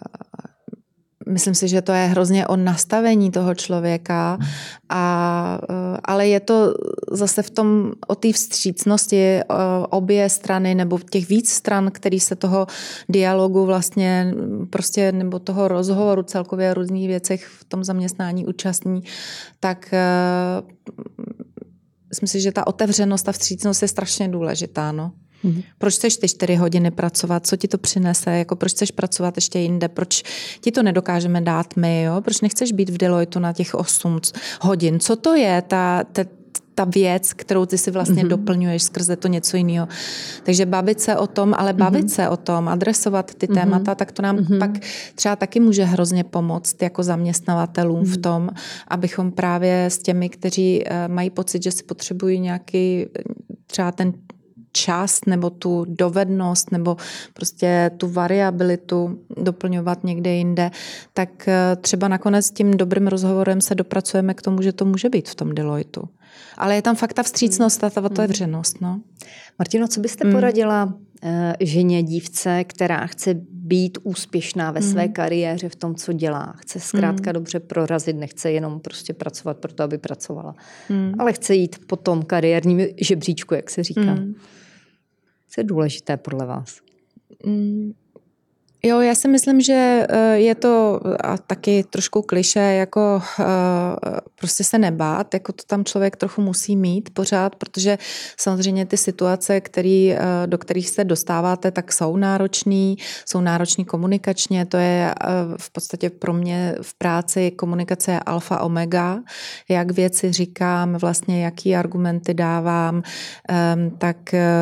myslím si, že to je hrozně o nastavení toho člověka, a, uh, ale je to zase v tom o té vstřícnosti uh, obě strany nebo těch víc stran, který se toho dialogu vlastně prostě nebo toho rozhovoru celkově o různých věcech v tom zaměstnání účastní, tak uh, myslím si, že ta otevřenost a vstřícnost je strašně důležitá, no. Mm-hmm. Proč chceš ty čtyři hodiny pracovat? Co ti to přinese? Jako proč chceš pracovat ještě jinde? Proč ti to nedokážeme dát my? Jo? Proč nechceš být v Deloitu na těch osm hodin? Co to je ta, ta, ta věc, kterou ty si vlastně mm-hmm. doplňuješ skrze to něco jiného? Takže bavit se o tom, ale bavit mm-hmm. se o tom, adresovat ty mm-hmm. témata, tak to nám mm-hmm. pak třeba taky může hrozně pomoct jako zaměstnavatelům mm-hmm. v tom, abychom právě s těmi, kteří mají pocit, že si potřebují nějaký třeba ten čas nebo tu dovednost nebo prostě tu variabilitu doplňovat někde jinde, tak třeba nakonec tím dobrým rozhovorem se dopracujeme k tomu, že to může být v tom Deloitu. Ale je tam fakt ta vstřícnost a ta otevřenost. No. Martino, co byste mm. poradila ženě, dívce, která chce být úspěšná ve své mm. kariéře v tom, co dělá? Chce zkrátka mm. dobře prorazit, nechce jenom prostě pracovat proto, aby pracovala. Mm. Ale chce jít po tom kariérním žebříčku, jak se říká. Mm. Co je důležité podle vás? Mm. Jo, já si myslím, že je to a taky trošku klišé, jako prostě se nebát, jako to tam člověk trochu musí mít pořád, protože samozřejmě ty situace, který, do kterých se dostáváte, tak jsou náročný, jsou náročný komunikačně, to je v podstatě pro mě v práci komunikace je alfa omega, jak věci říkám, vlastně jaký argumenty dávám, tak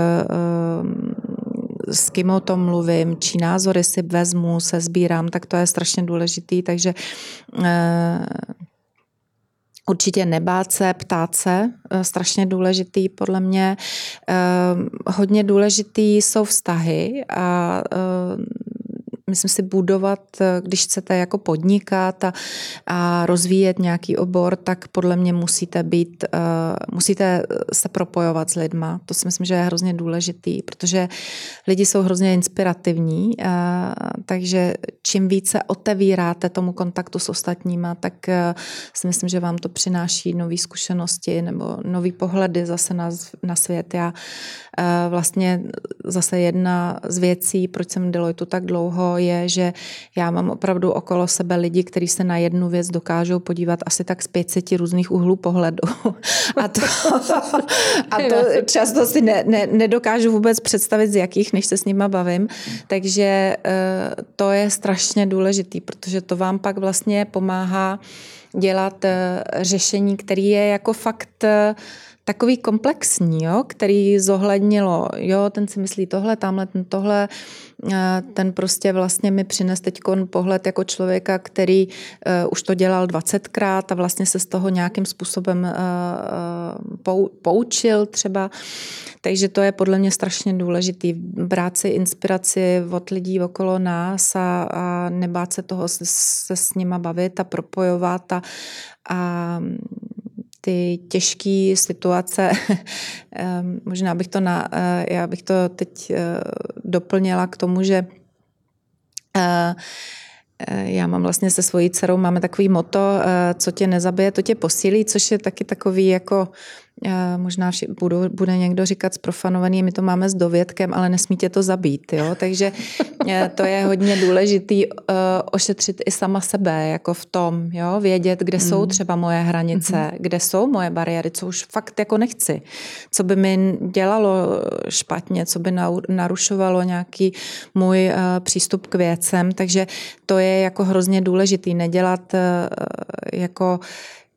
s kým o tom mluvím, čí názory si vezmu, se sbírám, tak to je strašně důležitý, takže eh, určitě nebát se, ptát se, eh, strašně důležitý podle mě. Eh, hodně důležitý jsou vztahy a eh, myslím si budovat, když chcete jako podnikat a, a rozvíjet nějaký obor, tak podle mě musíte být, uh, musíte se propojovat s lidma. To si myslím, že je hrozně důležitý, protože lidi jsou hrozně inspirativní, uh, takže čím více otevíráte tomu kontaktu s ostatníma, tak uh, si myslím, že vám to přináší nové zkušenosti nebo nový pohledy zase na, na svět. Já uh, vlastně zase jedna z věcí, proč jsem v Deloitu tak dlouho, je, že já mám opravdu okolo sebe lidi, kteří se na jednu věc dokážou podívat asi tak z pět set různých úhlů pohledu. A to, a to často si ne, ne, nedokážu vůbec představit, z jakých, než se s nima bavím. Takže to je strašně důležitý, protože to vám pak vlastně pomáhá dělat řešení, který je jako fakt takový komplexní, jo, který zohlednilo, jo, ten si myslí tohle, tamhle, ten tohle, ten prostě vlastně mi přines teď pohled jako člověka, který uh, už to dělal dvacetkrát a vlastně se z toho nějakým způsobem uh, poučil třeba. Takže to je podle mě strašně důležitý. Brát si inspiraci od lidí okolo nás a, a nebát se toho se, se s nima bavit a propojovat a, a ty těžké situace, možná bych to, na, já bych to teď doplnila k tomu, že já mám vlastně se svojí dcerou, máme takový motto, co tě nezabije, to tě posílí, což je taky takový jako možná vši, budu, bude někdo říkat zprofanovaný, my to máme s dovědkem, ale nesmí tě to zabít. Jo? Takže to je hodně důležitý uh, ošetřit i sama sebe, jako v tom, jo? Vědět, kde mm. jsou třeba moje hranice, mm-hmm. kde jsou moje bariéry, co už fakt jako nechci, co by mi dělalo špatně, co by narušovalo nějaký můj uh, přístup k věcem. Takže to je jako hrozně důležitý, nedělat uh, jako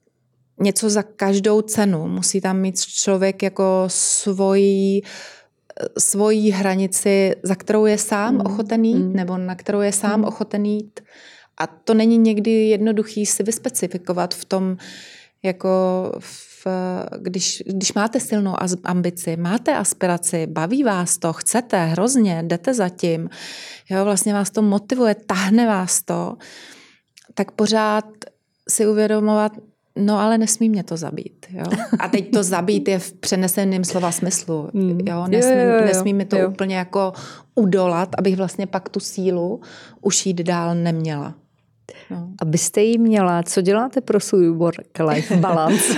něco za každou cenu. Musí tam mít člověk jako svoji svoji hranici, za kterou je sám mm. ochoten jít, mm. nebo na kterou je sám mm. ochoten jít. A to není někdy jednoduchý si vyspecifikovat v tom, jako v, když, když máte silnou ambici, máte aspiraci, baví vás to, chcete hrozně, jdete za tím, jo, vlastně vás to motivuje, tahne vás to, tak pořád si uvědomovat, no ale nesmí mě to zabít. Jo? A teď to zabít je v přeneseném slova smyslu. Jo? Nesmí, jo, jo, jo, nesmí mi to jo. úplně jako udolat, abych vlastně pak tu sílu už jít dál neměla. No. Abyste ji měla, co děláte pro svůj work-life balance?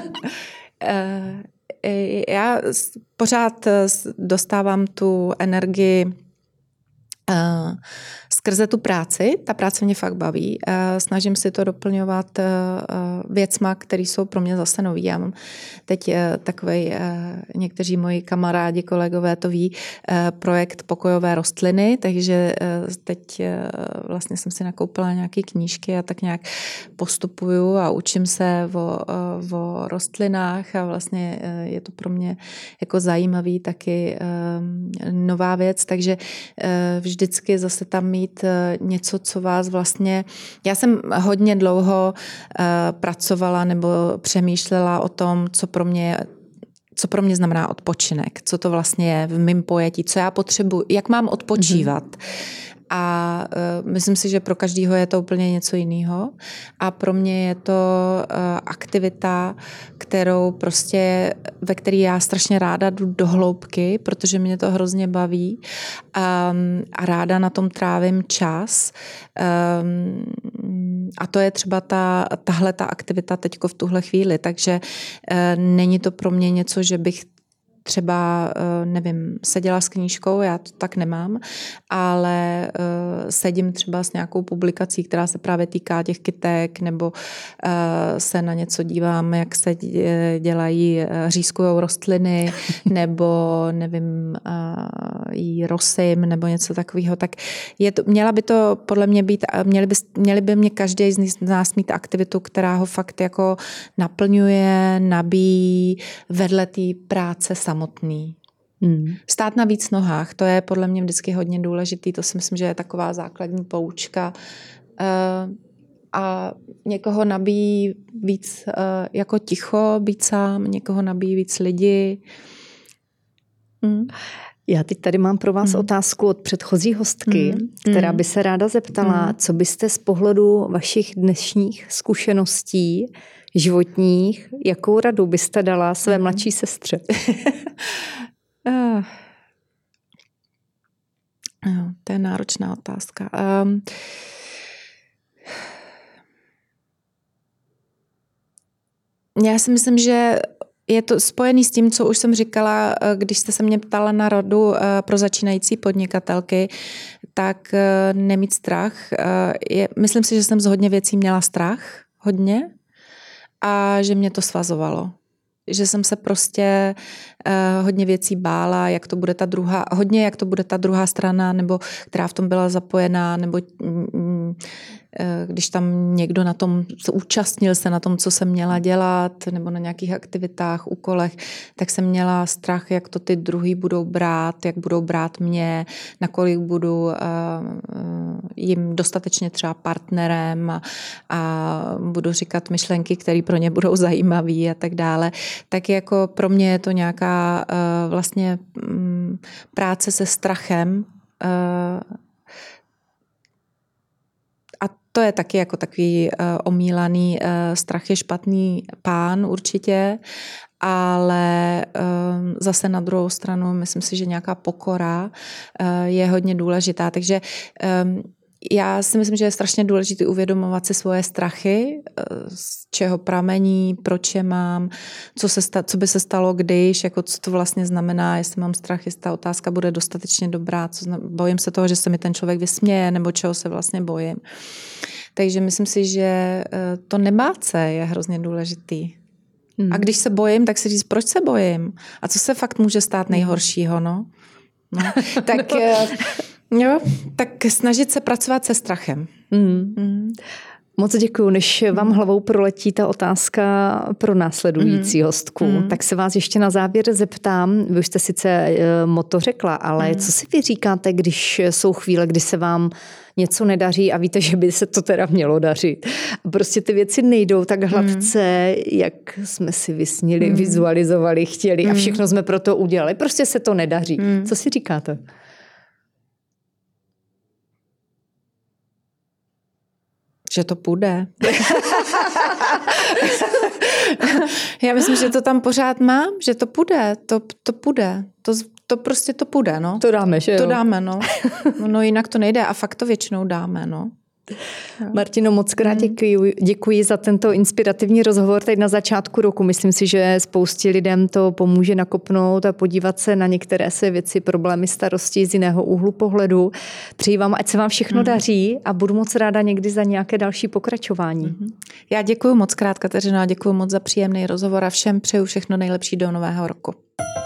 Já pořád dostávám tu energii skrze tu práci. Ta práce mě fakt baví. Snažím si to doplňovat věcma, které jsou pro mě zase nový. Já mám teď takovej, někteří moji kamarádi, kolegové to ví, projekt Pokojové rostliny, takže teď vlastně jsem si nakoupila nějaké knížky a tak nějak postupuju a učím se o, o rostlinách a vlastně je to pro mě jako zajímavý taky nová věc, takže vždycky zase tam mít něco, co vás vlastně... Já jsem hodně dlouho uh, pracovala nebo přemýšlela o tom, co pro mě co pro mě znamená odpočinek, co to vlastně je v mém pojetí, co já potřebuji, jak mám odpočívat. Mm-hmm. A uh, myslím si, že pro každého je to úplně něco jiného. A pro mě je to uh, aktivita, kterou prostě, ve které já strašně ráda jdu do hloubky, protože mě to hrozně baví. Um, a ráda na tom trávím čas. Um, a to je třeba ta, tahle ta aktivita teďko v tuhle chvíli. Takže uh, není to pro mě něco, že bych třeba, nevím, seděla s knížkou, já to tak nemám, ale uh, sedím třeba s nějakou publikací, která se právě týká těch kytek, nebo uh, se na něco dívám, jak se dělají, řízkujou rostliny, nebo nevím, uh, jí rosym, nebo něco takového. Tak je to, měla by to podle mě být, měli by, měli by mě každý z nás mít aktivitu, která ho fakt jako naplňuje, nabíjí vedle té práce samotný. Hmm. Stát na víc nohách, to je podle mě vždycky hodně důležitý, to si myslím, že je taková základní poučka. Uh, a někoho nabíjí víc uh, jako ticho, být sám, někoho nabíjí víc lidi. Hmm. Já teď tady mám pro vás mm. otázku od předchozí hostky, mm. která by se ráda zeptala, mm. co byste z pohledu vašich dnešních zkušeností životních, jakou radu byste dala své mm. mladší sestře? uh. no, to je náročná otázka. Um. Já si myslím, že je to spojený s tím, co už jsem říkala, když jste se mě ptala na radu pro začínající podnikatelky, tak nemít strach. Je, myslím si, že jsem z hodně věcí měla strach, hodně, a že mě to svazovalo. Že jsem se prostě uh, hodně věcí bála, jak to bude ta druhá, hodně jak to bude ta druhá strana, nebo která v tom byla zapojená, nebo mm, když tam někdo na tom účastnil se na tom, co jsem měla dělat, nebo na nějakých aktivitách, úkolech, tak jsem měla strach, jak to ty druhý budou brát, jak budou brát mě, nakolik budu uh, jim dostatečně třeba partnerem a, a budu říkat myšlenky, které pro ně budou zajímavé a tak dále. Tak jako pro mě je to nějaká uh, vlastně um, práce se strachem, uh, to je taky jako takový uh, omílaný uh, strach je špatný pán určitě, ale um, zase na druhou stranu myslím si, že nějaká pokora uh, je hodně důležitá. Takže um, já si myslím, že je strašně důležité uvědomovat si svoje strachy, z čeho pramení, proč je mám, co, se sta- co by se stalo, když, jako co to vlastně znamená, jestli mám strach, jestli ta otázka bude dostatečně dobrá, co zna- bojím se toho, že se mi ten člověk vysměje, nebo čeho se vlastně bojím. Takže myslím si, že to nebát se je hrozně důležitý. Hmm. A když se bojím, tak si říct, proč se bojím? A co se fakt může stát nejhoršího, no? no. Tak... no. Jo, tak snažit se pracovat se strachem. Mm. Mm. Moc děkuju. Než vám hlavou proletí ta otázka pro následující mm. hostku, mm. tak se vás ještě na závěr zeptám. Vy už jste sice motto řekla, ale mm. co si vy říkáte, když jsou chvíle, kdy se vám něco nedaří a víte, že by se to teda mělo dařit. Prostě ty věci nejdou tak hladce, mm. jak jsme si vysnili, mm. vizualizovali, chtěli mm. a všechno jsme pro to udělali. Prostě se to nedaří. Mm. Co si říkáte? Že to půjde. Já myslím, že to tam pořád mám, že to půjde, to, to půjde, to, to prostě to půjde, no. To dáme, že jo? To dáme, no. No jinak to nejde a fakt to většinou dáme, no. Martino, moc krát děkuji, děkuji za tento inspirativní rozhovor teď na začátku roku. Myslím si, že spoustě lidem to pomůže nakopnout a podívat se na některé své věci, problémy, starosti z jiného úhlu pohledu. Přeji vám, ať se vám všechno mm. daří a budu moc ráda někdy za nějaké další pokračování. Mm. Já děkuji moc krát, Kateřino, a děkuji moc za příjemný rozhovor a všem přeju všechno nejlepší do nového roku.